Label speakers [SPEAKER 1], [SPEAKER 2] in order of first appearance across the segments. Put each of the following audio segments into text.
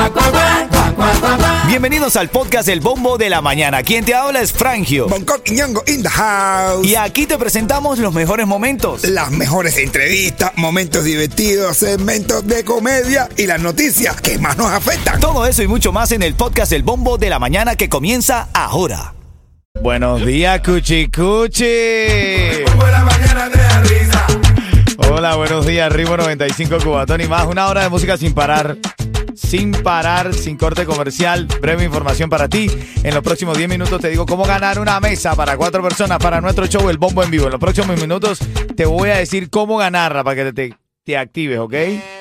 [SPEAKER 1] Bienvenidos al podcast El Bombo de la Mañana. Quien te habla es Frangio.
[SPEAKER 2] Bonco y Ñongo in the house.
[SPEAKER 1] Y aquí te presentamos los mejores momentos.
[SPEAKER 2] Las mejores entrevistas, momentos divertidos, segmentos de comedia y las noticias que más nos afectan.
[SPEAKER 1] Todo eso y mucho más en el podcast El Bombo de la Mañana que comienza ahora. Buenos días, Cuchi Cuchi.
[SPEAKER 2] Bombo de la mañana te da risa.
[SPEAKER 1] Hola, buenos días, Ritmo 95 Cubatón y más. Una hora de música sin parar. Sin parar, sin corte comercial, breve información para ti. En los próximos 10 minutos te digo cómo ganar una mesa para 4 personas para nuestro show El Bombo en Vivo. En los próximos minutos te voy a decir cómo ganarla para que te actives, ¿ok?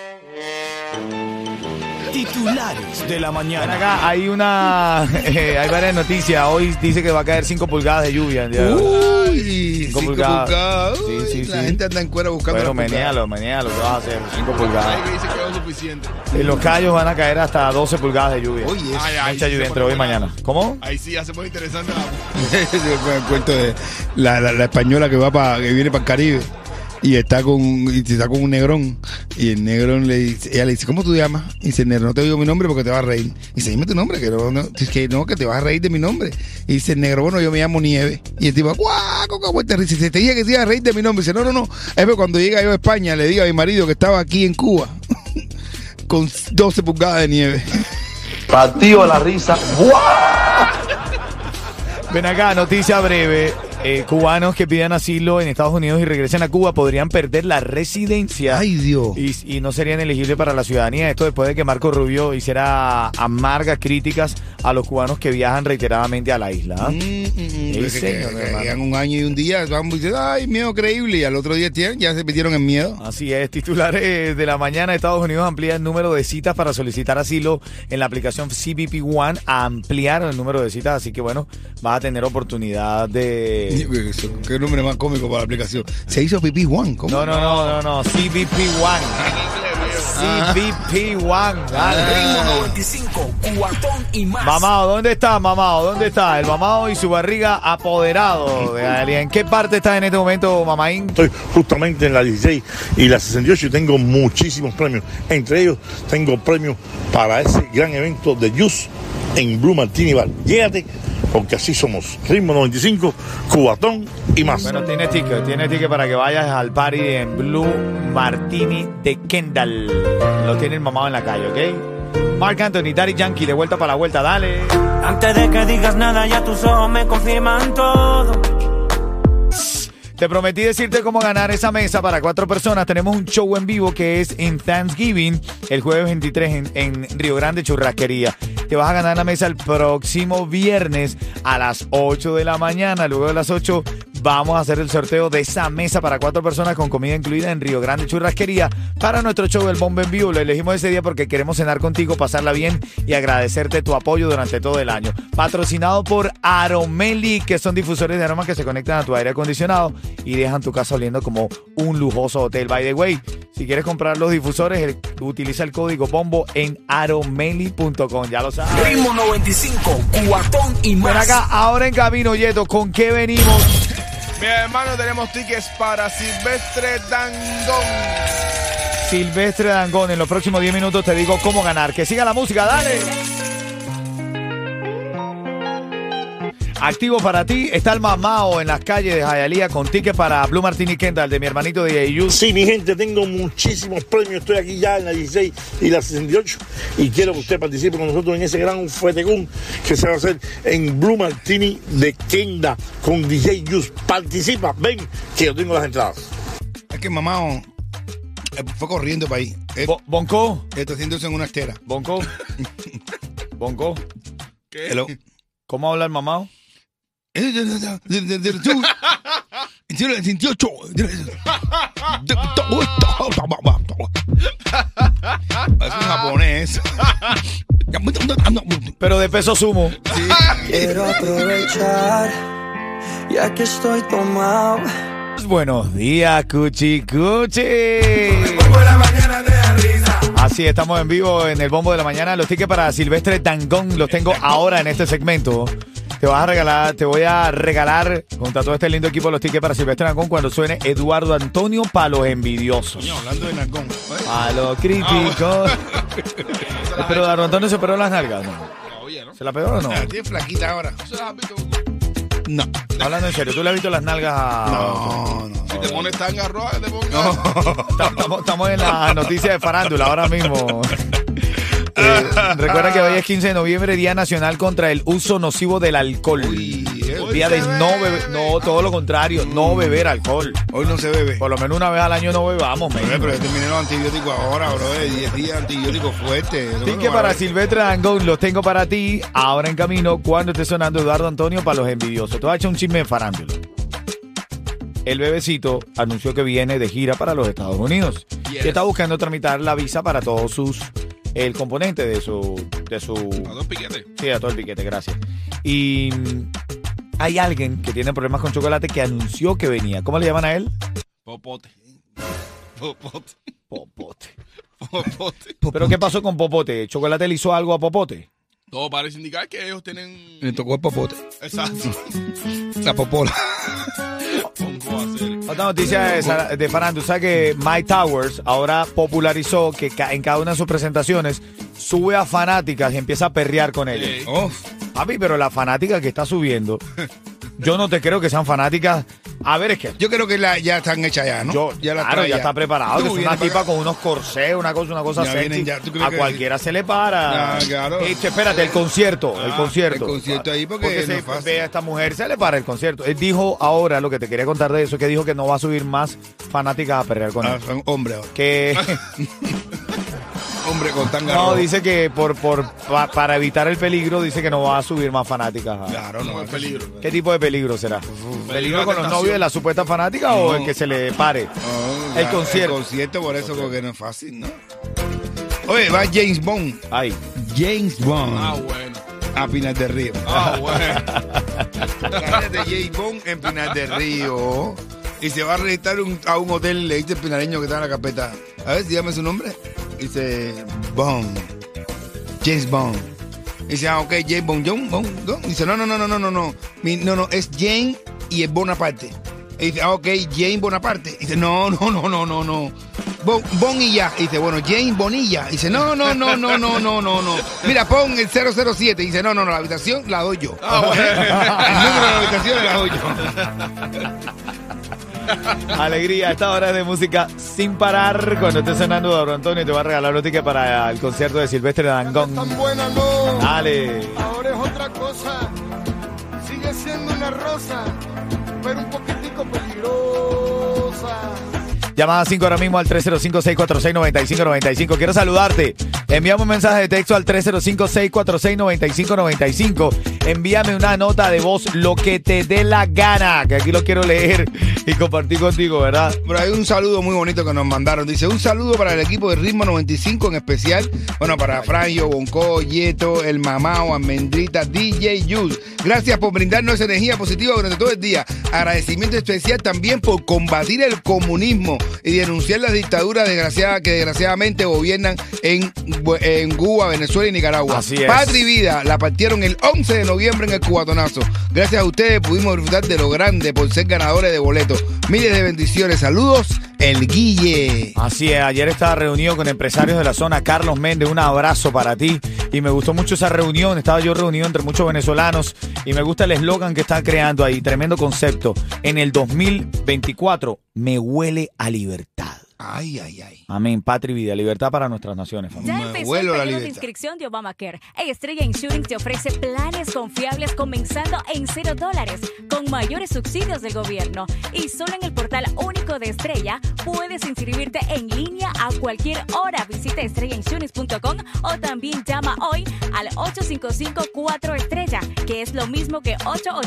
[SPEAKER 1] Titulares de la mañana. Acá hay hay varias noticias. Hoy dice que va a caer 5 pulgadas de lluvia.
[SPEAKER 2] Uy,
[SPEAKER 1] 5 pulgadas.
[SPEAKER 2] Sí. La gente anda en cuera buscando.
[SPEAKER 1] Bueno, menéalo, ¿qué vas a hacer? 5 pulgadas.
[SPEAKER 3] Ahí dice que es suficiente.
[SPEAKER 1] En los Cayos van a caer hasta 12 pulgadas de lluvia.
[SPEAKER 2] Oye,
[SPEAKER 1] Mucha lluvia entre hoy y mañana. ¿Cómo?
[SPEAKER 3] Ahí sí hacemos interesante.
[SPEAKER 2] el cuento de la española que viene para el Caribe y está con un negrón y el negrón ella le dice, ¿cómo tú te llamas? Y dice, el negro, no te digo mi nombre porque te vas a reír. Y dice, dime tu nombre, que que te vas a reír de mi nombre. Y dice el negro, bueno, yo me llamo Nieve. Y el tipo, ¡guau! Te dice, te dije que te ibas a reír de mi nombre. Y dice, no, es que cuando llega yo a España le digo a mi marido que estaba aquí en Cuba con 12 pulgadas de nieve.
[SPEAKER 4] Partido la risa.
[SPEAKER 1] Ven acá, noticia breve. Cubanos que pidan asilo en Estados Unidos y regresen a Cuba podrían perder la residencia.
[SPEAKER 2] ¡Ay, Dios!
[SPEAKER 1] Y no serían elegibles para la ciudadanía. Esto después de que Marco Rubio hiciera amargas críticas a los cubanos que viajan reiteradamente a la isla.
[SPEAKER 2] Que llegan un año y un día, vamos y dicen, ¡ay, miedo creíble! Y al otro día ya se metieron en miedo.
[SPEAKER 1] Así es, titulares de la mañana. Estados Unidos amplía el número de citas para solicitar asilo en la aplicación CBP One. Ampliaron el número de citas, así que bueno, vas a tener oportunidad de...
[SPEAKER 2] Qué nombre más cómico para la aplicación. Se hizo Pipí One. ¿Cómo?
[SPEAKER 1] No. CBP One. CBP One.
[SPEAKER 5] Ritmo 95, Cubatón y más.
[SPEAKER 1] Mamado, ¿dónde está, mamado? ¿Dónde está? El mamado y su barriga apoderado de alguien. ¿En qué parte estás en este momento, mamaín?
[SPEAKER 6] Estoy justamente en la 16 y la 68 y tengo muchísimos premios. Entre ellos tengo premios para ese gran evento de Juice en Blue Martini Bar. Llégate, porque así somos. Ritmo 95, Cubatón y más.
[SPEAKER 1] Bueno, tiene ticket para que vayas al party en Blue Martini de Kendall. Lo tiene el mamado en la calle, ¿ok? Marc Anthony, Daddy Yankee, de vuelta para la vuelta, dale.
[SPEAKER 7] Antes de que digas nada, ya tus ojos me confirman todo.
[SPEAKER 1] Te prometí decirte cómo ganar esa mesa para 4 personas. Tenemos un show en vivo que es en Thanksgiving, el jueves 23 en Río Grande Churrasquería. Te vas a ganar la mesa el próximo viernes a las 8 de la mañana. Luego de las 8 vamos a hacer el sorteo de esa mesa para 4 personas con comida incluida en Río Grande Churrasquería para nuestro show El Bombo en Vivo. Lo elegimos ese día porque queremos cenar contigo, pasarla bien y agradecerte tu apoyo durante todo el año. Patrocinado por Aromeli, que son difusores de aromas que se conectan a tu aire acondicionado y dejan tu casa oliendo como un lujoso hotel. By the way, si quieres comprar los difusores, utiliza el código BOMBO en aromeli.com. Ya lo sabes.
[SPEAKER 5] Ritmo 95, Cubatón y más.
[SPEAKER 1] Ven acá, ahora en camino, Yeto, ¿con qué venimos?
[SPEAKER 3] Mi hermano, tenemos tickets para Silvestre Dangond.
[SPEAKER 1] Silvestre Dangond. En los próximos 10 minutos te digo cómo ganar. Que siga la música, dale. Activo para ti, está el mamao en las calles de Hialeah con tickets para Blue Martini Kendall de mi hermanito de Juice.
[SPEAKER 6] Sí, mi gente, tengo muchísimos premios. Estoy aquí ya en la 16 y la 68 y quiero que usted participe con nosotros en ese gran fuetegún que se va a hacer en Blue Martini de Kendall con DJ Juice. Participa, ven, que yo tengo las entradas.
[SPEAKER 2] Es que mamá fue corriendo para ahí.
[SPEAKER 1] ¿Bonco?
[SPEAKER 2] Está haciéndose en una estera.
[SPEAKER 1] ¿Bonco? ¿Bonco?
[SPEAKER 3] ¿Qué?
[SPEAKER 2] Hello.
[SPEAKER 1] ¿Cómo habla el mamao?
[SPEAKER 2] 28. Es un japonés.
[SPEAKER 1] Pero de peso sumo.
[SPEAKER 2] Sí.
[SPEAKER 7] Quiero aprovechar, ya que estoy tomado.
[SPEAKER 1] Buenos días, Cuchi Cuchi. Así estamos en vivo en el Bombo de la Mañana. Los tickets para Silvestre Dangond los tengo ahora en este segmento. te voy a regalar junto a todo este lindo equipo los tickets para Silvestre Dangond cuando suene Eduardo Antonio para los envidiosos.
[SPEAKER 2] Coño, hablando de Nalgón.
[SPEAKER 1] A los críticos. Pero Eduardo Antonio se operó las nalgas, ¿no?
[SPEAKER 3] Oye, ¿no?
[SPEAKER 1] ¿Se la pegó o no?
[SPEAKER 2] Tiene flaquita ahora.
[SPEAKER 3] ¿Tú se las has visto?
[SPEAKER 2] No.
[SPEAKER 1] Hablando en serio, ¿tú le has visto las nalgas a...
[SPEAKER 2] No.
[SPEAKER 3] Si te pones tanga roja, te pongas...
[SPEAKER 1] Estamos en la noticia de farándula ahora mismo. Recuerda que hoy es 15 de noviembre, Día Nacional contra el Uso Nocivo del Alcohol. Día de no beber, no, todo lo contrario, no beber alcohol.
[SPEAKER 2] Hoy no se bebe.
[SPEAKER 1] Por lo menos una vez al año no bebamos, men.
[SPEAKER 2] Pero yo terminé los antibióticos ahora, bro. 10 días antibióticos fuertes.
[SPEAKER 1] Ticket para Silvestre Dangond los tengo para ti. Ahora en camino, cuando esté sonando Eduardo Antonio para los envidiosos. Te voy a echar un chisme de farándula. El bebecito anunció que viene de gira para los Estados Unidos.
[SPEAKER 3] Yes.
[SPEAKER 1] Que está buscando tramitar la visa para todos el componente de su...
[SPEAKER 3] A dos piquetes.
[SPEAKER 1] Sí, a todo el piquete, gracias. Y hay alguien que tiene problemas con chocolate que anunció que venía. ¿Cómo le llaman a él?
[SPEAKER 3] Popote.
[SPEAKER 1] Popote.
[SPEAKER 3] Popote.
[SPEAKER 1] ¿Pero qué pasó con Popote? ¿Chocolate le hizo algo a Popote?
[SPEAKER 3] Todo parece indicar que ellos tienen...
[SPEAKER 2] Me tocó el popote.
[SPEAKER 3] Exacto.
[SPEAKER 2] La popola.
[SPEAKER 1] Otra noticia de farándula. ¿Sabes que Mike Towers ahora popularizó que en cada una de sus presentaciones sube a fanáticas y empieza a perrear con ellos?
[SPEAKER 3] Sí.
[SPEAKER 2] Oh.
[SPEAKER 1] Papi, pero la fanática que está subiendo, yo no te creo que sean fanáticas. A ver, es que...
[SPEAKER 2] Yo creo que ya están hechas ya, ¿no?
[SPEAKER 1] Claro, ya está preparado. Que es una tipa con unos corsés, una cosa
[SPEAKER 2] Ya
[SPEAKER 1] sexy.
[SPEAKER 2] vienen ya. ¿Tú crees
[SPEAKER 1] A
[SPEAKER 2] que-
[SPEAKER 1] cualquiera se le para.
[SPEAKER 2] Ah, claro.
[SPEAKER 1] Espérate, el concierto.
[SPEAKER 2] El concierto ahí porque no
[SPEAKER 1] se
[SPEAKER 2] es fácil.
[SPEAKER 1] ve a esta mujer, se le para el concierto. Él dijo ahora, lo que te quería contar de eso, que dijo que no va a subir más fanáticas a perrear con él.
[SPEAKER 2] Son hombres ahora.
[SPEAKER 1] Que...
[SPEAKER 2] Hombre con tanga
[SPEAKER 1] No,
[SPEAKER 2] roja.
[SPEAKER 1] dice que para evitar el peligro, dice que no va a subir más fanáticas.
[SPEAKER 2] Claro, no
[SPEAKER 3] es peligro.
[SPEAKER 1] ¿Qué tipo de peligro será? ¿Peligro con los novios de la supuesta fanática o el que se le pare?
[SPEAKER 2] No,
[SPEAKER 1] El concierto.
[SPEAKER 2] El concierto, por eso, porque no es fácil, ¿no? Oye, va James Bond.
[SPEAKER 1] Ay.
[SPEAKER 2] James Bond.
[SPEAKER 3] Ah, bueno.
[SPEAKER 2] A Pinar del Río.
[SPEAKER 3] Ah, bueno.
[SPEAKER 2] Traje de James Bond en Pinar del Río. Y se va a registrar a un hotel, le dice el pinareño que está en la carpeta. A ver, dígame su nombre. Dice Bond. James Bond. Dice, ok, James Bond. John. Dice, no. No, es Jane y es Bonaparte. Y dice, ok, Jane Bonaparte. Dice, no. Bond y ya. Y dice, bueno, Jane Bonilla. Dice, no. Mira, pon el 007. Dice, no, la habitación la doy yo.
[SPEAKER 3] Ah, bueno.
[SPEAKER 2] El número de la habitación la doy yo.
[SPEAKER 1] Alegría, esta hora es de música sin parar. Cuando esté sonando Eduardo Antonio, te va a regalar los tickets para el concierto de Silvestre Dangond.
[SPEAKER 8] Buena no,
[SPEAKER 1] Dale.
[SPEAKER 8] ahora es otra cosa. Sigue siendo una rosa, pero un poquitico peligrosa.
[SPEAKER 1] Llamada 5 ahora mismo al 305-646-9595. Quiero saludarte. Envíame un mensaje de texto al 305-646-9595. Envíame una nota de voz, lo que te dé la gana, que aquí lo quiero leer y compartir contigo, ¿verdad?
[SPEAKER 2] Pero hay un saludo muy bonito que nos mandaron. Dice, un saludo para el equipo de Ritmo 95 en especial. Bueno, para Franjo, Bonco, Yeto, El Mamao, Almendrita, DJ Yus. Gracias por brindarnos esa energía positiva durante todo el día. Agradecimiento especial también por combatir el comunismo y denunciar las dictaduras que desgraciadamente gobiernan en Cuba, Venezuela y Nicaragua.
[SPEAKER 1] Así es.
[SPEAKER 2] Patria y vida la partieron el 11 de noviembre en el Cubatonazo. Gracias a ustedes pudimos disfrutar de lo grande por ser ganadores de boletos. Miles de bendiciones. Saludos, el Guille.
[SPEAKER 1] Así es, ayer estaba reunido con empresarios de la zona. Carlos Méndez, un abrazo para ti. Y me gustó mucho esa reunión. Estaba yo reunido entre muchos venezolanos. Y me gusta el eslogan que está creando ahí. Tremendo concepto. En el 2024, me huele a libertad.
[SPEAKER 2] Ay.
[SPEAKER 1] Amén, patria y vida. Libertad para nuestras naciones, familia.
[SPEAKER 9] Ya
[SPEAKER 2] Me
[SPEAKER 9] empezó
[SPEAKER 2] vuelo
[SPEAKER 9] el
[SPEAKER 2] la
[SPEAKER 9] periodo de
[SPEAKER 2] libertad.
[SPEAKER 9] inscripción de Obamacare. Estrella Insurance te ofrece planes confiables comenzando en $0 con mayores subsidios del gobierno. Y solo en el portal único de Estrella puedes inscribirte en línea a cualquier hora. Visita estrellainsurance.com o también llama hoy al 855-4-estrella, que es lo mismo que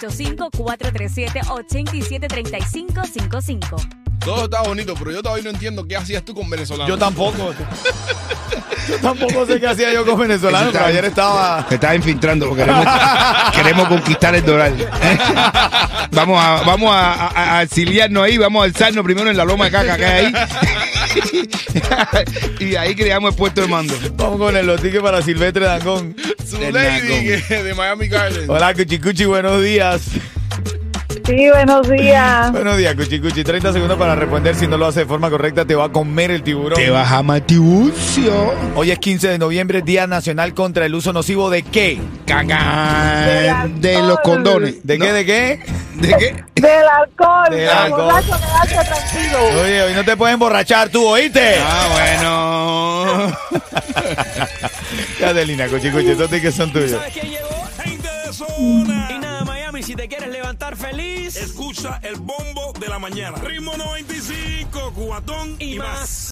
[SPEAKER 9] 885-437-873555.
[SPEAKER 3] Todo está bonito, pero yo todavía no entiendo qué hacías tú con venezolanos.
[SPEAKER 1] Yo tampoco. Yo tampoco sé qué hacía yo con venezolanos, pero ayer estaba...
[SPEAKER 2] Se está infiltrando porque queremos conquistar el Doral. Vamos a exiliarnos ahí, vamos a alzarnos primero en la loma de caca que hay ahí. Y ahí creamos el puesto de mando.
[SPEAKER 1] Vamos con los tickets para Silvestre Dangond. Nacón.
[SPEAKER 3] Su lady de Miami Gardens.
[SPEAKER 1] Hola, Cuchicuchi, buenos días.
[SPEAKER 10] Sí, buenos días.
[SPEAKER 1] Buenos días, Cuchicuchi. 30 segundos para responder. Si no lo hace de forma correcta, te va a comer el tiburón.
[SPEAKER 2] Te vas a Matibucio.
[SPEAKER 1] Hoy es 15 de noviembre, Día Nacional contra el Uso Nocivo de ¿qué?
[SPEAKER 2] De los condones.
[SPEAKER 1] ¿De qué? ¿De qué?
[SPEAKER 2] ¿De qué?
[SPEAKER 10] Del alcohol.
[SPEAKER 1] Del alcohol.
[SPEAKER 10] Borracho, quédate tranquilo.
[SPEAKER 1] Oye, hoy no te pueden emborrachar tú, ¿oíste?
[SPEAKER 2] Bueno.
[SPEAKER 1] Ya de línea, Cuchicuchi. Estos tickets son tuyos.
[SPEAKER 5] ¿Sabes quién llegó? Gente de zona. Y nada, Miami, si te quieres levantar feliz,
[SPEAKER 11] escucha el bombo de la mañana. Ritmo 95, Cubatón y más.